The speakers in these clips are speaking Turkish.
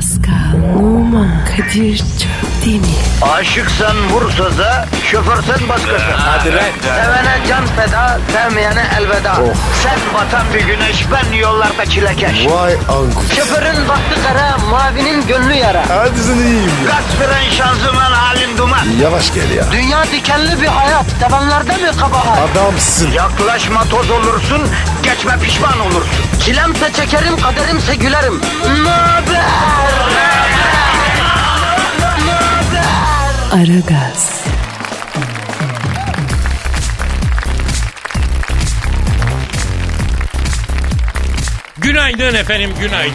Pascal, Oman, Kadir çok değil mi? Aşıksan vursa da, şoförsen başkasın. Hadi lan. Sevene can feda, sevmeyene elveda. Sen batan bir güneş, ben yollarda çilekeş. Vay anku. Şoförün baktı kara, mavinin gönlü yara. Hadi sen iyiyim ya. Kasperen şanzıman halin duman. Yavaş gel ya. Dünya dikenli bir hayat, sevenlerde mi kabahar? Adamsın. Yaklaşma toz olursun, geçme pişman olursun. Çilemse çekerim, kaderimse gülerim. Möber! Aragaz. Günaydın efendim,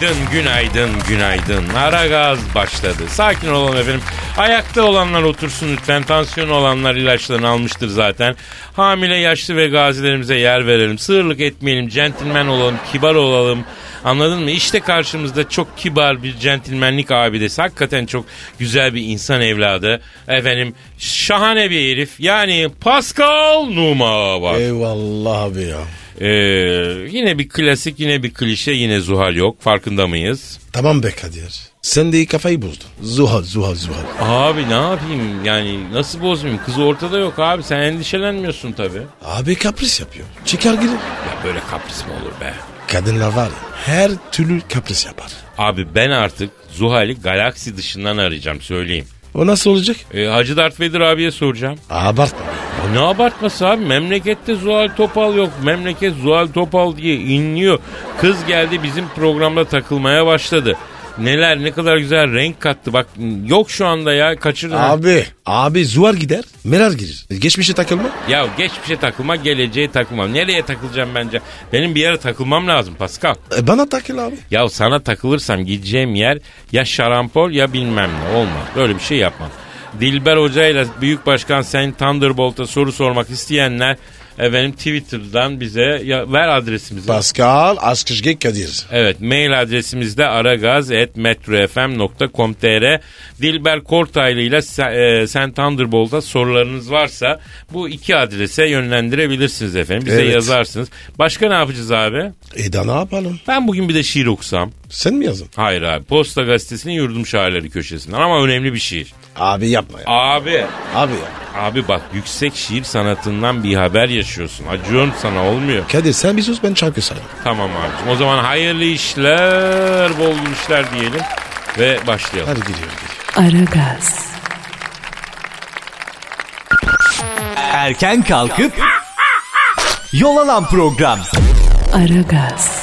günaydın. Aragaz başladı. Sakin olun efendim. Ayakta olanlar otursun lütfen. Tansiyonu olanlar ilaçlarını almıştır zaten. Hamile, yaşlı ve gazilerimize yer verelim. Sığırlık etmeyelim, centilmen olalım, kibar olalım. Anladın mı? İşte karşımızda çok kibar bir centilmenlik abidesi. Hakikaten çok güzel bir insan evladı. Efendim şahane bir herif. Yani Pascal Numa var. Eyvallah abi ya. Yine bir klasik, yine bir klişe, yine Zuhal yok. Farkında mıyız? Tamam be Kadir. Sen de iyi kafayı bozdun. Zuhal. Abi ne yapayım yani, nasıl bozmayayım? Kız ortada yok abi, sen endişelenmiyorsun tabii. Abi kapris yapıyor. Çıkar girin. Ya böyle kapris mi olur be? Kadınlar var ya, her türlü kapris yapar. Abi ben artık Zuhal'i galaksi dışından arayacağım, söyleyeyim. O nasıl olacak? Hacı Dert Vedir abiye soracağım. Abartma. Ya ne abartması abi? Memlekette Zuhal Topal yok. Memleket Zuhal Topal diye inliyor. Kız geldi bizim programda takılmaya başladı. Neler, ne kadar güzel renk kattı. Bak yok şu anda ya, kaçırdın. Abi Zuhal gider, Meral girer. Geçmişe takılma. Ya geçmişe takılma, geleceğe takılmam. Nereye takılacağım bence? Benim bir yere takılmam lazım Pascal. Bana takıl abi. Ya sana takılırsam gideceğim yer ya şarampol ya bilmem ne, olmaz. Böyle bir şey yapmam. Dilber Hoca ile Büyük Başkan Sayın Thunderbolt'a soru sormak isteyenler efendim Twitter'dan bize ver adresimizi. Pascal Askışge Kadir. Evet, mail adresimiz de aragaz@metrofm.com.tr. Dilber Kortaylı ile sen Thunderbolt'a sorularınız varsa bu iki adrese yönlendirebilirsiniz efendim. Bize yazarsınız. Başka ne yapacağız abi? Da ne yapalım? Ben bugün bir de şiir okusam. Sen mi yazdın? Hayır abi. Posta Gazetesi'nin Yurdum Şairleri köşesinden, ama önemli bir şiir. Abi yapma ya. Abi ya. Abi bak, yüksek şiir sanatından bir haber yaşıyorsun. Acıyorum sana, olmuyor. Kadir sen bir sus, ben şarkı sayayım. Tamam abicim. O zaman hayırlı işler, bol işler diyelim ve başlayalım. Hadi gidiyor. Aragaz. Erken kalkıp yol alan program. Aragaz.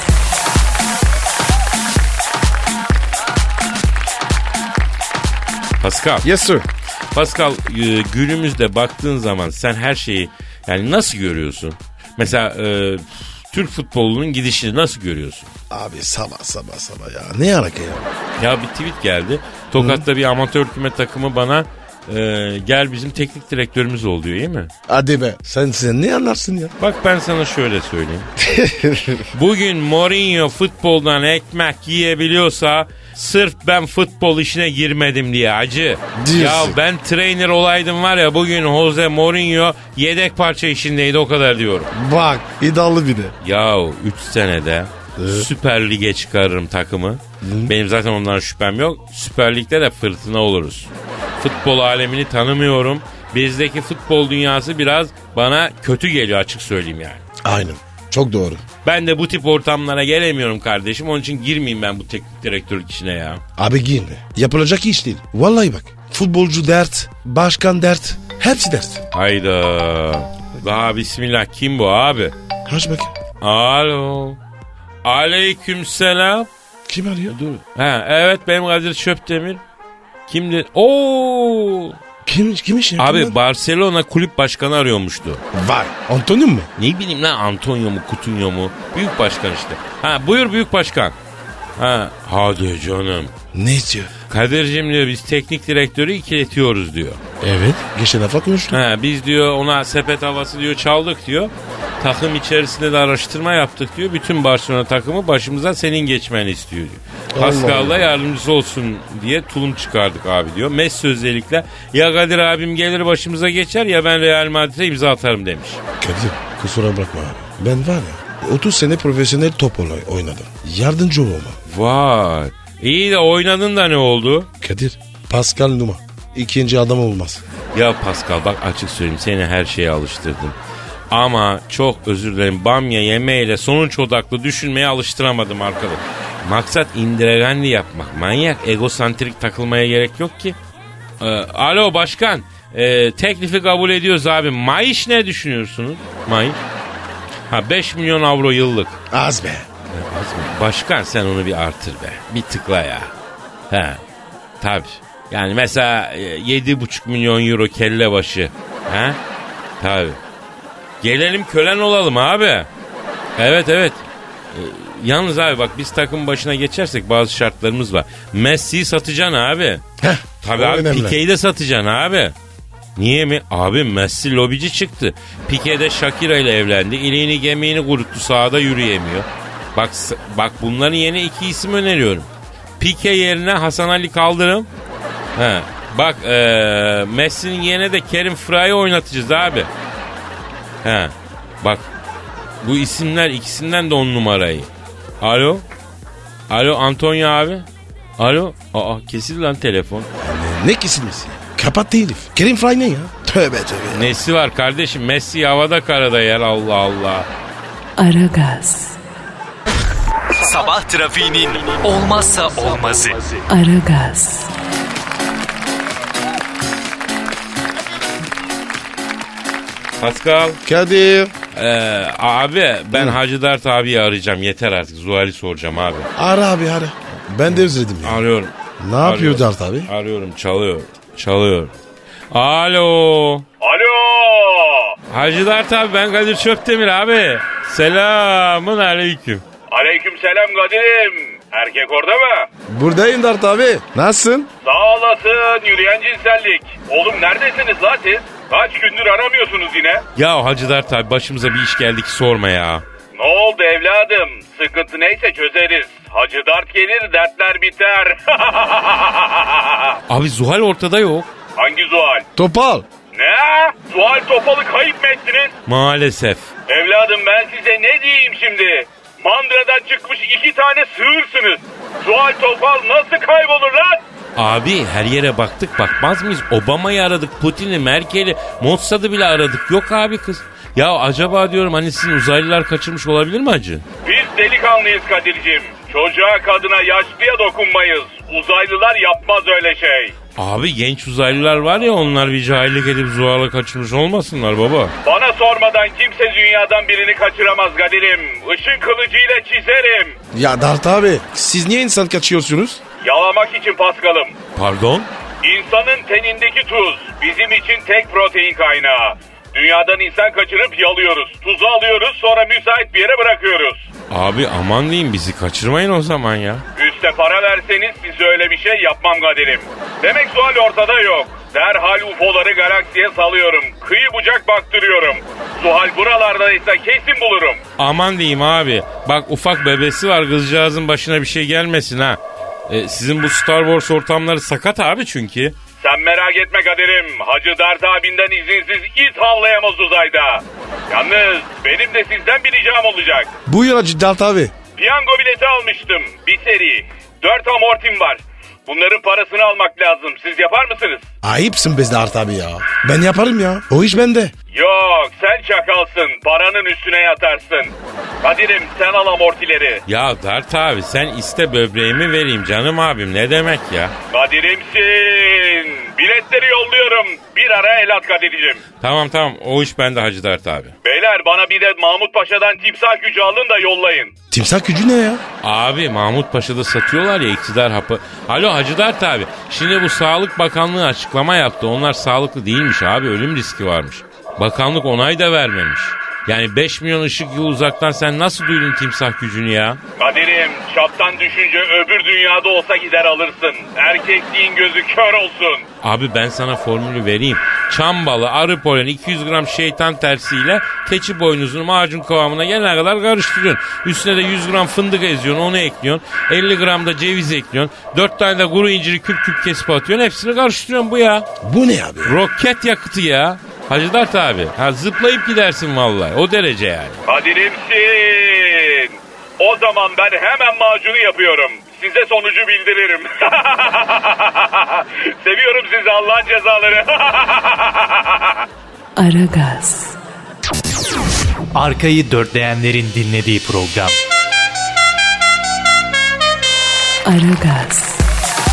Pascal. Yes sir. Pascal, günümüzde baktığın zaman sen her şeyi yani nasıl görüyorsun? Mesela Türk futbolunun gidişini nasıl görüyorsun? Abi sabah ya. Ne alaka ya? Ya bir tweet geldi. Tokat'ta bir amatör küme takımı bana gel bizim teknik direktörümüz ol diyor, iyi mi? Hadi be. Sen ne anlarsın ya? Bak ben sana şöyle söyleyeyim. Bugün Mourinho futboldan ekmek yiyebiliyorsa sırf ben futbol işine girmedim diye hacı. Diyorsun. Ya ben trainer olaydım var ya, bugün Jose Mourinho yedek parça işindeydi, o kadar diyorum. Bak iddialı bir de. Ya 3 senede Süper Lig'e çıkarırım takımı. Benim zaten ondan şüphem yok. Süper Lig'de de fırtına oluruz. Futbol alemini tanımıyorum. Bizdeki futbol dünyası biraz bana kötü geliyor, açık söyleyeyim yani. Aynen. Çok doğru. Ben de bu tip ortamlara gelemiyorum kardeşim. Onun için girmeyeyim ben bu teknik direktörlük işine ya. Abi girme. Yapılacak iş değil. Vallahi bak. Futbolcu dert, başkan dert. Hepsi dert. Hayda. Daha bismillah, kim bu abi? Aç bakayım. Alo. Aleykümselam. Kim arıyor? Dur. Evet benim Kadir Çöptemir. Kimdi? Oo. Kim iş yapıyor? Abi Barcelona kulüp başkanı arıyormuştu. Vay. Antonio mu? Ne bileyim lan, Antonio mu Coutinho mu? Büyük başkan işte. Buyur büyük başkan. Hadi canım. Ne istiyor? Kadir'cim diyor, biz teknik direktörü ikiletiyoruz diyor. Evet. Geçen hafta konuştuk. Biz diyor ona sepet havası diyor çaldık diyor. Takım içerisinde de araştırma yaptık diyor. Bütün Barcelona takımı başımıza senin geçmeni istiyor diyor. Pascal da yardımcısı olsun diye tulum çıkardık abi diyor. Messi özellikle ya Kadir abim gelir başımıza geçer ya ben Real Madrid'e imza atarım demiş. Kadir kusura bakma abi. Ben var ya 30 sene profesyonel top oynadım. Yardımcı olma. Vay. İyi de oynadın da ne oldu? Kadir, Pascal Numa. İkinci adam olmaz. Ya Pascal bak açık söyleyeyim seni her şeye alıştırdım. Ama çok özür dilerim bamya yemeğiyle sonuç odaklı düşünmeye alıştıramadım arkadaş. Maksat Indira Gandhi yapmak. Manyak egosantrik takılmaya gerek yok ki. Alo başkan. Teklifi kabul ediyoruz abi. Maaş ne düşünüyorsunuz? Maaş? 5 milyon avro yıllık. Az be. Az mı? Başkan sen onu bir artır be. Bir tıkla ya. He. Tabii. Yani mesela 7,5 milyon euro kelle başı. He? Tabii. Gelelim kölen olalım abi. Evet. Yalnız abi bak biz takım başına geçersek bazı şartlarımız var. Messi'yi satacaksın abi. Tabii abi Pique'yi de satacaksın abi. Niye mi? Abi Messi lobici çıktı. Pique de Shakira ile evlendi. İliğini gemiğini kuruttu sahada yürüyemiyor. Bak bunların yeni 2 isim öneriyorum. Pique yerine Hasan Ali Kaldırım. Bak Messi'nin yerine de Kerim Fray'ı oynatacağız abi. Bak bu isimler ikisinden de 10 numarayı. Alo Antonio abi. Alo. Kesildi lan telefon. Ne kesilmesi? Kapattı herif. Kerim Fry ne ya? Tövbe. Nesi var kardeşim? Messi havada karada yer Allah Allah. Aragaz. Sabah trafiğinin olmazsa olmazı. Aragaz. Pascal. Kadir. Abi ben Hacı Dert abiyi arayacağım. Yeter artık. Zuhal'i soracağım abi. Ara abi. Ben de özledim ya. Arıyorum. Ne yapıyor Dert abi? Arıyorum. Çalıyor. Alo. Hacı Dert abi ben Kadir Çöptemir abi. Selamun aleyküm. Aleyküm selam Kadir'im. Erkek orada mı? Buradayım Dert abi. Nasılsın? Sağ olasın yürüyen cinsellik. Oğlum neredesiniz lan siz? Kaç gündür aramıyorsunuz yine? Ya Hacı Dert abi başımıza bir iş geldi ki sorma ya. Ne oldu evladım? Sıkıntı neyse çözeriz. Hacı Dert gelir dertler biter. Abi Zuhal ortada yok. Hangi Zuhal? Topal. Ne? Zuhal Topal'ı kayıp mı ettiniz? Maalesef. Evladım ben size ne diyeyim şimdi? Mandra'dan çıkmış 2 tane sığırsınız. Zuhal Topal nasıl kaybolur lan? Abi her yere baktık bakmaz mıyız? Obama'yı aradık, Putin'i, Merkel'i, Mossad'ı bile aradık. Yok abi kız. Ya acaba diyorum hani sizin uzaylılar kaçırmış olabilir mi hacı? Biz delikanlıyız Kadir'cim. Çocuğa kadına yaşlıya dokunmayız. Uzaylılar yapmaz öyle şey. Abi genç uzaylılar var ya onlar bir cahillik edip Zuhal'ı kaçırmış olmasınlar baba. Bana sormadan kimse dünyadan birini kaçıramaz Kadir'im. Işın kılıcıyla çizerim. Ya Dert abi siz niye insan kaçıyorsunuz? Yalamak için Paskal'ım. Pardon? İnsanın tenindeki tuz bizim için tek protein kaynağı. Dünyadan insan kaçırıp yalıyoruz. Tuzu alıyoruz sonra müsait bir yere bırakıyoruz. Abi aman diyeyim bizi kaçırmayın o zaman ya. Üste para verseniz size öyle bir şey yapmam Kadir'im. Demek Zuhal ortada yok. Derhal UFO'ları galaksiye salıyorum. Kıyı bucak baktırıyorum. Zuhal buralardaysa kesin bulurum. Aman diyeyim abi. Bak ufak bebesi var kızcağızın başına bir şey gelmesin ha. Sizin bu Star Wars ortamları sakat abi çünkü. Sen merak etme Kadir'im. Hacı Dert abinden izinsiz it havlayamaz uzayda. Yalnız benim de sizden bir ricam olacak. Buyur Hacı Dert abi. Piyango bileti almıştım. Bir seri. 4 amortim var. Bunların parasını almak lazım. Siz yapar mısınız? Ayıpsın be Dert abi ya. Ben yaparım ya. O iş bende. Yok sen çakalsın. Paranın üstüne yatarsın. Kadir'im sen al amortileri. Ya Dert abi sen iste böbreğimi vereyim canım abim ne demek ya? Kadir'imsin. Biletleri yolluyorum. Bir ara el at Kadir'cim. Tamam o iş bende Hacı Dert abi. Beyler bana bir de Mahmut Paşa'dan timsah gücü alın da yollayın. Timsah gücü ne ya? Abi Mahmut Paşa'da satıyorlar ya iktidar hapı. Alo Hacı Dert abi. Şimdi bu Sağlık Bakanlığı açıklama yaptı. Onlar sağlıklı değilmiş abi ölüm riski varmış. Bakanlık onay da vermemiş. Yani 5 milyon ışık yılı uzaktan sen nasıl duydun timsah gücünü ya? Kadir'im çaptan düşünce öbür dünyada olsa gider alırsın. Erkekliğin gözü kör olsun. Abi ben sana formülü vereyim. Çam balı, arı poleni, 200 gram şeytan tersiyle keçi boynuzunu macun kıvamına gelene kadar karıştırıyorsun. Üstüne de 100 gram fındık eziyorsun onu ekliyorsun. 50 gram da ceviz ekliyorsun. 4 tane de kuru inciri küp küp kesip atıyorsun. Hepsini karıştırıyorsun bu ya. Bu ne abi? Roket yakıtı ya. Hacı Dert abi. Zıplayıp gidersin vallahi. O derece yani. Kadir'imsin. O zaman ben hemen macunu yapıyorum. size sonucu bildiririm. Seviyorum sizi Allah'ın cezaları. Aragaz, Arkayı dörtleyenlerin dinlediği program. Aragaz,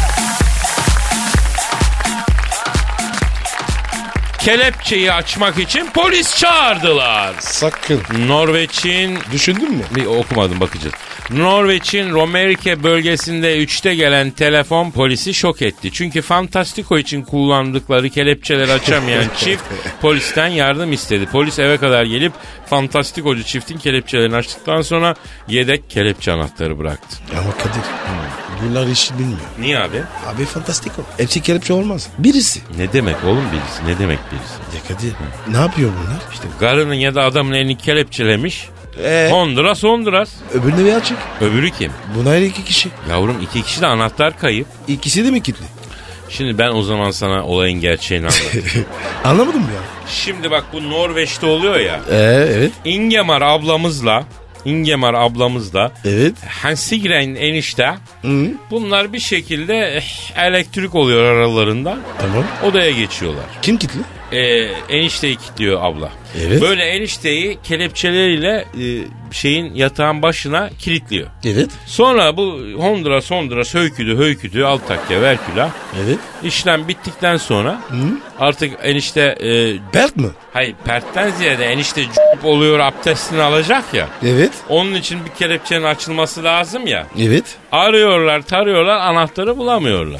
Kelepçeyi açmak için polis çağırdılar. Sakın. Norveç'in... Düşündün mü? Bir okumadım, bakacağız. Norveç'in Romerike bölgesinde 3'te gelen telefon polisi şok etti. Çünkü Fantastico için kullandıkları kelepçeleri açamayan çift polisten yardım istedi. Polis eve kadar gelip Fantastico'cu çiftin kelepçelerini açtıktan sonra yedek kelepçe anahtarı bıraktı. Ama Kadir bunlar hiç bilmiyor. Niye abi? Abi fantastiko. Hepsi kelepçe olmaz. Birisi. Ne demek oğlum birisi? Ne demek birisi? Ya Kadir ne yapıyor bunlar? İşte karının ya da adamın elini kelepçelemiş. Honduras. Öbürüne bir açık. Öbürü kim? Bunlar 2 kişi. Yavrum 2 kişi de anahtar kayıp. İkisi de mi kilitli? Şimdi ben o zaman sana olayın gerçeğini anlatayım. Anlamadım ya. Şimdi bak, bu Norveç'te oluyor ya. Evet. Ingemar ablamızla Evet. Hansigren enişte, Hı. bunlar bir şekilde elektrik oluyor aralarında. Tamam. Odaya geçiyorlar. Kim kilitli? Enişteyi kilitliyor abla. Evet. Böyle enişteyi kelepçeleriyle şeyin yatağın başına kilitliyor. Evet. Sonra bu Honduras höyküdü alt takya verküla. Evet. İşlem bittikten sonra artık enişte Bert mi? hayır, pertten ziyade enişte c*** oluyor, abdestini alacak ya. Evet. Onun için bir kelepçenin açılması lazım ya. Evet. Arıyorlar, tarıyorlar, anahtarı bulamıyorlar.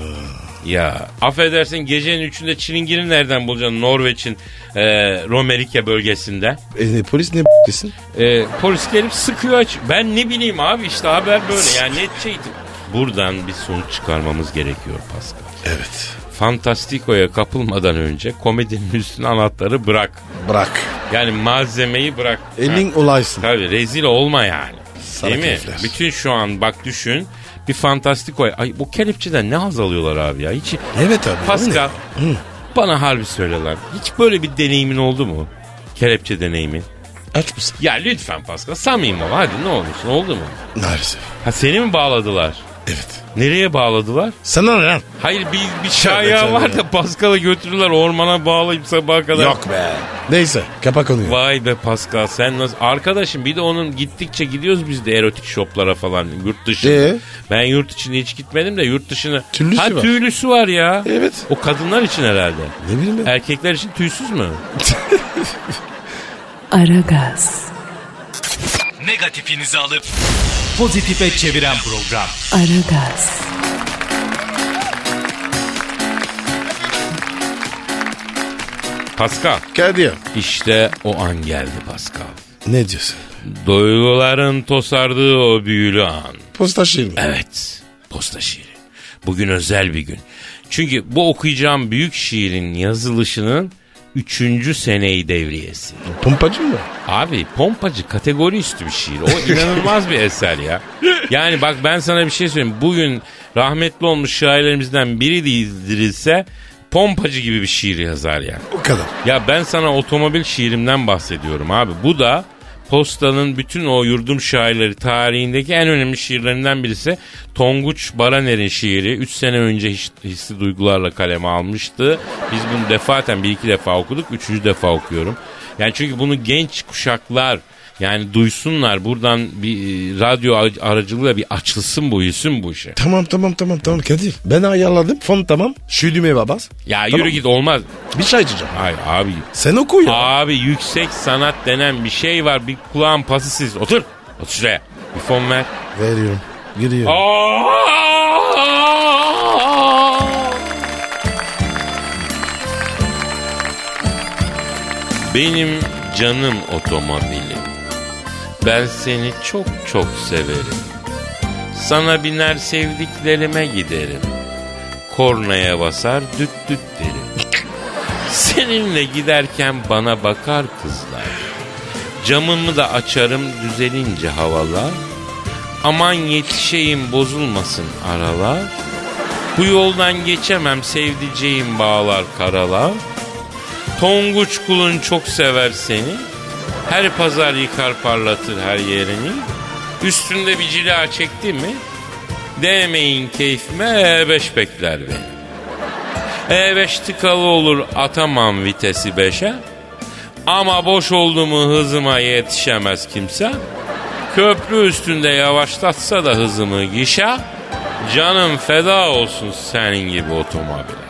Ya affedersin, gecenin 3'ünde çilingiri nereden bulacaksın Norveç'in Romerike bölgesinde? Polis ne desin? Polis gelip sıkıyor. Ben ne bileyim abi, işte haber böyle. Yani neticeydi. Buradan bir sonuç çıkarmamız gerekiyor Pascal. Evet. Fantastico'ya kapılmadan önce komedinin üstüne anahtarı bırak. Bırak. Yani malzemeyi bırak. Elin olaysın. Tabii rezil olma yani. Sana Değil mi? keyifler. Bütün şu an bak düşün. Bir Fantastico'ya. Ay, bu kelepçeden ne haz alıyorlar abi ya? Hiç. Evet abi. Pascal, bana harbi söyleler. Hiç böyle bir deneyimin oldu mu? Kelepçe deneyimin. Aç mısın? Ya lütfen Pascal, samimi ol hadi, ne olursun, oldu mu? Maalesef. Ha, seni mi bağladılar? Evet. Nereye bağladılar? Sana ne lan? Hayır, bir şaya var da Pascal'ı götürürler ormana bağlayıp sabaha kadar. Yok be. Neyse kapa konuyu. Vay be Pascal, sen nasıl? Arkadaşım bir de onun gittikçe gidiyoruz biz de erotik shoplara falan yurt dışı. Ben yurt içinde hiç gitmedim de yurt dışına. Tüllüsü var. Tüylüsü var ya. Evet. O kadınlar için herhalde. Ne bileyim ben. Erkekler için tüysüz mü? Aragaz, Negatifinizi alıp pozitife çeviren program. Aragaz, Pascal, Kadir. işte o an geldi Pascal. Ne diyorsun? Duyguların tosardığı o büyülü an. Posta şiir mi? Evet, posta şiiri. Bugün özel bir gün. Çünkü bu okuyacağım büyük şiirin yazılışının 3. seneyi devriyesi. Pompacı mı? Abi pompacı kategori üstü bir şiir. O inanılmaz bir eser ya. Yani bak, ben sana bir şey söyleyeyim. Bugün rahmetli olmuş şairlerimizden biri dirilse pompacı gibi bir şiir yazar ya. O kadar. Ya ben sana otomobil şiirimden bahsediyorum abi. Bu da Posta'nın bütün o yurdum şairleri tarihindeki en önemli şiirlerinden birisi. Tonguç Baraner'in şiiri 3 sene önce hisli duygularla kaleme almıştı. Biz bunu defaten 1-2 defa okuduk. 3. defa okuyorum. Yani çünkü bunu genç kuşaklar yani duysunlar, buradan bir radyo aracılığıyla bir açılsın bu işe. Tamam Kadir. Ben ayarladım. Fon tamam. Şu düğmeye bas. Ya tamam. yürü git, olmaz. Bir çay içeceğim. Hayır abi. Sen oku ya. Abi yüksek sanat denen bir şey var. Bir kulağın pasısız. Otur. Otur şuraya. Bir fon ver. Veriyorum. Giriyorum. Benim canım otomobilim. Ben seni çok çok severim. Sana biner sevdiklerime giderim. Kornaya basar düt düt derim. Seninle giderken bana bakar kızlar. Camımı da açarım düzelince havalar. Aman yetişeyim bozulmasın aralar. Bu yoldan geçemem sevdiceğim bağlar karalar. Tonguç kulun çok sever seni. Her pazar yıkar parlatır her yerini. Üstünde bir cila çekti mi Demeyin keyfime E5 bekler beni. E5 tıkalı olur atamam vitesi 5'e. Ama boş oldu mu hızıma yetişemez kimse. Köprü üstünde yavaşlatsa da hızımı gişe. Canım feda olsun senin gibi otomobile.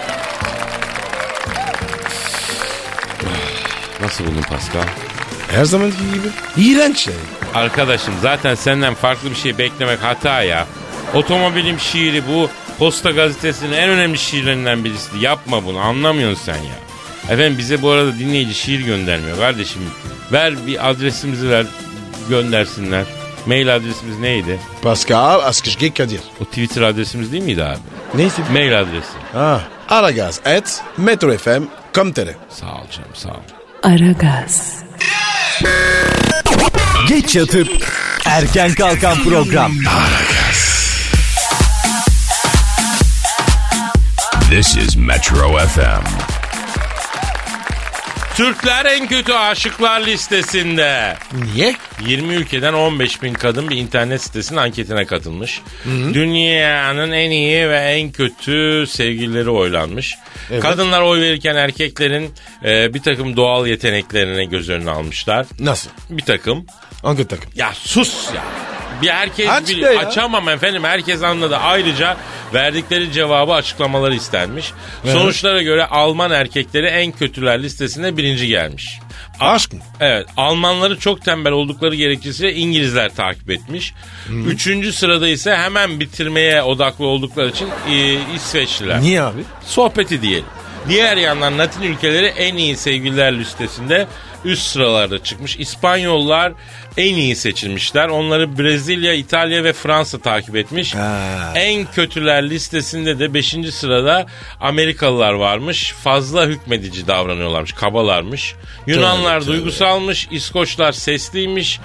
Nasıl buldun Pascal? Her zamanki gibi. İğrenç yani. Arkadaşım zaten senden farklı bir şey beklemek hata ya. Otomobilim şiiri bu. Posta Gazetesi'nin en önemli şiirlerinden birisi. Yapma bunu, anlamıyorsun sen ya. Efendim bize bu arada dinleyici şiir göndermiyor kardeşim. Ver bir adresimizi ver, göndersinler. Mail adresimiz neydi? Pascal Askışge Kadir. O Twitter adresimiz değil miydi abi? Neyse. Mail adresi. Aragaz@metrofm.com.tr. Sağ ol canım, sağ ol. Aragaz, Geç yatıp erken kalkan program. This is Metro FM. Türkler en kötü aşıklar listesinde. Niye? 20 ülkeden 15 bin kadın bir internet sitesinin anketine katılmış. Dünyanın en iyi ve en kötü sevgilileri oylanmış. Evet. Kadınlar oy verirken erkeklerin bir takım doğal yeteneklerini göz önüne almışlar. Nasıl? Bir takım. Hangi takım? Ya sus ya. Bir herkes Aç biliyor. ya. Açamam efendim, herkes anladı. Ayrıca verdikleri cevabı açıklamaları istenmiş. Sonuçlara göre Alman erkekleri en kötüler listesinde 1. gelmiş. Aşk mı? Evet, Almanları çok tembel oldukları gerekçesiyle İngilizler takip etmiş. 3. sırada ise hemen bitirmeye odaklı oldukları için İsveçliler. Niye abi? Sohbeti diyelim. Diğer yandan Latin ülkeleri en iyi sevgililer listesinde üst sıralarda çıkmış. İspanyollar en iyi seçilmişler. Onları Brezilya, İtalya ve Fransa takip etmiş. En kötüler listesinde de 5. sırada Amerikalılar varmış. Fazla hükmedici davranıyorlarmış, kabalarmış. Yunanlar duygusalmış, İskoçlar sesliymiş.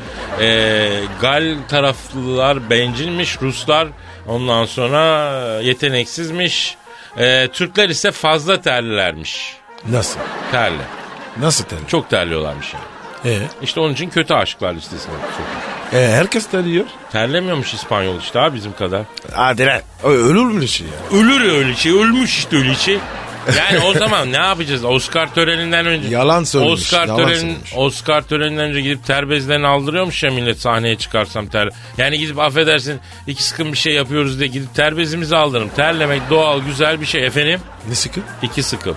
Gal taraflılar bencilmiş, Ruslar ondan sonra yeteneksizmiş. Türkler ise fazla terlilermiş. Nasıl? Terli. Nasıl terli? Çok terliyorlarmış yani. İşte onun için kötü aşıklar listesine sokmuş. Herkes terliyor. Terlemiyormuş İspanyol işte abi bizim kadar. Hadi lan. Ölür mü şey ya? Ölür öyle şey. Ölmüş işte öyle şey. Yani o zaman ne yapacağız? Oscar töreninden önce. Yalan söylemiş. Oscar töreninden önce gidip ter bezlerini aldırıyormuş ya millet, sahneye çıkarsam ter. Yani gidip affedersin 2 sıkım bir şey yapıyoruz diye gidip ter bezimizi aldırırım. Terlemek doğal, güzel bir şey efendim. Ne sıkım? 2 sıkım.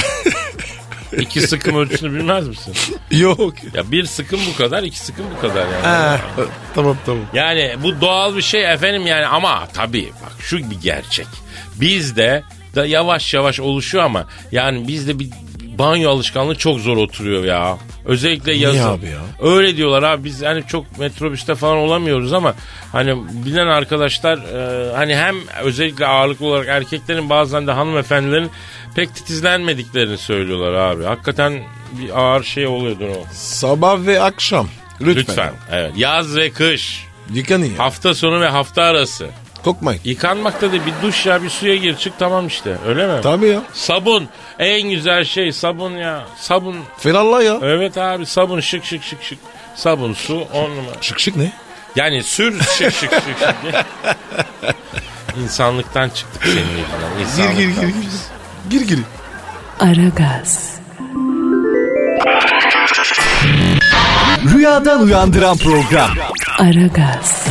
2 sıkım ölçüsünü bilmez misin? Yok. Ya 1 sıkım bu kadar, 2 sıkım bu kadar yani. Tamam. Yani bu doğal bir şey efendim yani, ama tabii bak şu bir gerçek. Bizde da yavaş yavaş oluşuyor ama yani bizde bir banyo alışkanlığı çok zor oturuyor ya. Özellikle yazın. Niye abi ya? Öyle diyorlar abi, biz hani çok metrobüste falan olamıyoruz ama hani bilen arkadaşlar hani hem özellikle ağırlıklı olarak erkeklerin bazen de hanımefendilerin pek titizlenmediklerini söylüyorlar abi. Hakikaten bir ağır şey oluyordur o. Sabah ve akşam. Lütfen. Evet. Yaz ve kış. Yıkanın ya. Hafta sonu ve hafta arası. Kokmayın. Yıkanmakta da bir duş ya, bir suya gir çık, tamam işte, öyle mi? Tabii ya. Sabun en güzel şey, sabun ya. Sabun. Felallah ya. Evet abi, sabun şık. Sabun, su 10 numara. Şık ne? Yani sür şık. İnsanlıktan çıktık senin yüzünden. Gir. Aragaz, Rüyadan uyandıran program. Aragaz,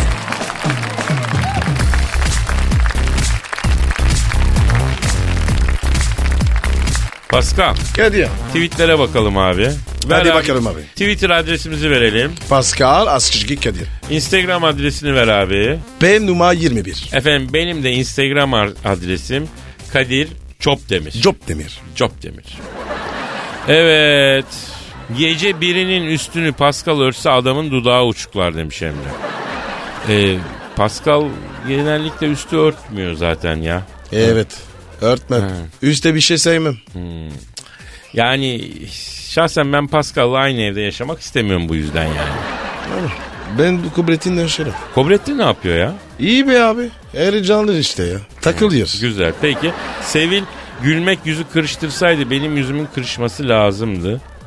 Pascal, Hadi ya. tweetlere bakalım abi. Hadi bakalım abi. Twitter adresimizi verelim. Pascal Askışge Kadir. Instagram adresini ver abi. P numara 21. Efendim benim de Instagram adresim Kadir Çopdemir. Çopdemir. Evet. Gece birinin üstünü Pascal örtse adamın dudağı uçuklar demiş Emre. Pascal genellikle üstü örtmüyor zaten ya. Evet. Örtmem. Üste bir şey sevmem. Yani şahsen ben Pascal'la aynı evde yaşamak istemiyorum bu yüzden yani. Ben bu Kobrettin'le yaşarım. Kobrettin ne yapıyor ya? İyi be abi. Heyecanlı işte ya. Takılıyoruz. Güzel. Peki Sevil gülmek yüzü kırıştırsaydı benim yüzümün kırışması lazımdı.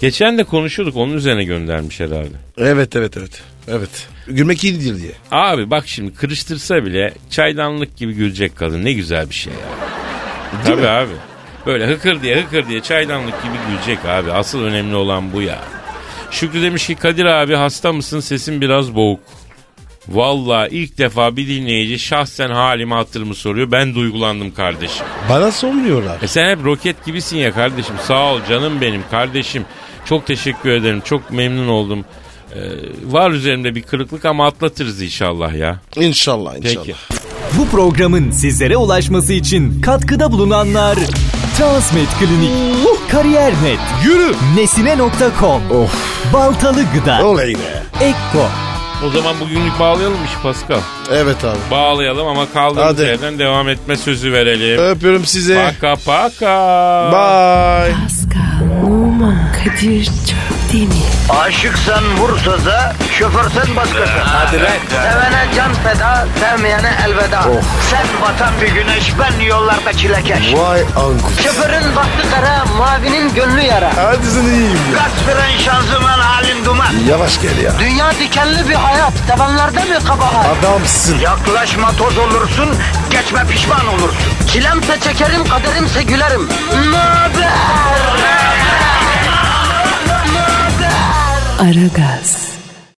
Geçen de konuşuyorduk, onun üzerine göndermiş herhalde. Evet. Gülmek iyi değil diye. Abi bak şimdi kırıştırsa bile çaydanlık gibi gülecek kadın, ne güzel bir şey ya. Tabii abi. Böyle hıkır diye çaydanlık gibi gülecek abi. Asıl önemli olan bu ya. Şükrü demiş ki Kadir abi hasta mısın, sesin biraz boğuk. Vallahi ilk defa bir dinleyici şahsen halimi hatırımı soruyor. Ben duygulandım kardeşim. Bana sormuyorlar. Sen hep roket gibisin ya kardeşim. Sağ ol canım benim kardeşim. Çok teşekkür ederim. Çok memnun oldum. Var üzerimde bir kırıklık ama atlatırız inşallah ya. İnşallah. Peki. Bu programın sizlere ulaşması için katkıda bulunanlar Transmed Klinik, Kariyer.net, Yürü. Nesine.com, Baltalı Gıda, Oley be. Ekko. O zaman bugünlük bağlayalım işi Pascal. Evet abi. Bağlayalım ama kaldığımız Hadi. yerden devam etme sözü verelim. Öpüyorum size. Paka. Bye. Pascal, Oman, Kadir çok değil mi? Aşıksan vursa da, şoförsen başkasın. Hadi sevene can feda, sevmeyene elveda. Sen batan bir güneş, ben yollarda çilekeş. Vay anku. Şoförün baktı kara, mavinin gönlü yara. Hadi sen iyiyim ya. Kasperen şanzıman halin duman. Yavaş gel ya. Dünya dikenli bir hayat, sevenlerde mi kabahar? Adamsın. Yaklaşma toz olursun, geçme pişman olursun. Çilemse çekerim, kaderimse gülerim. Möber! Aragaz.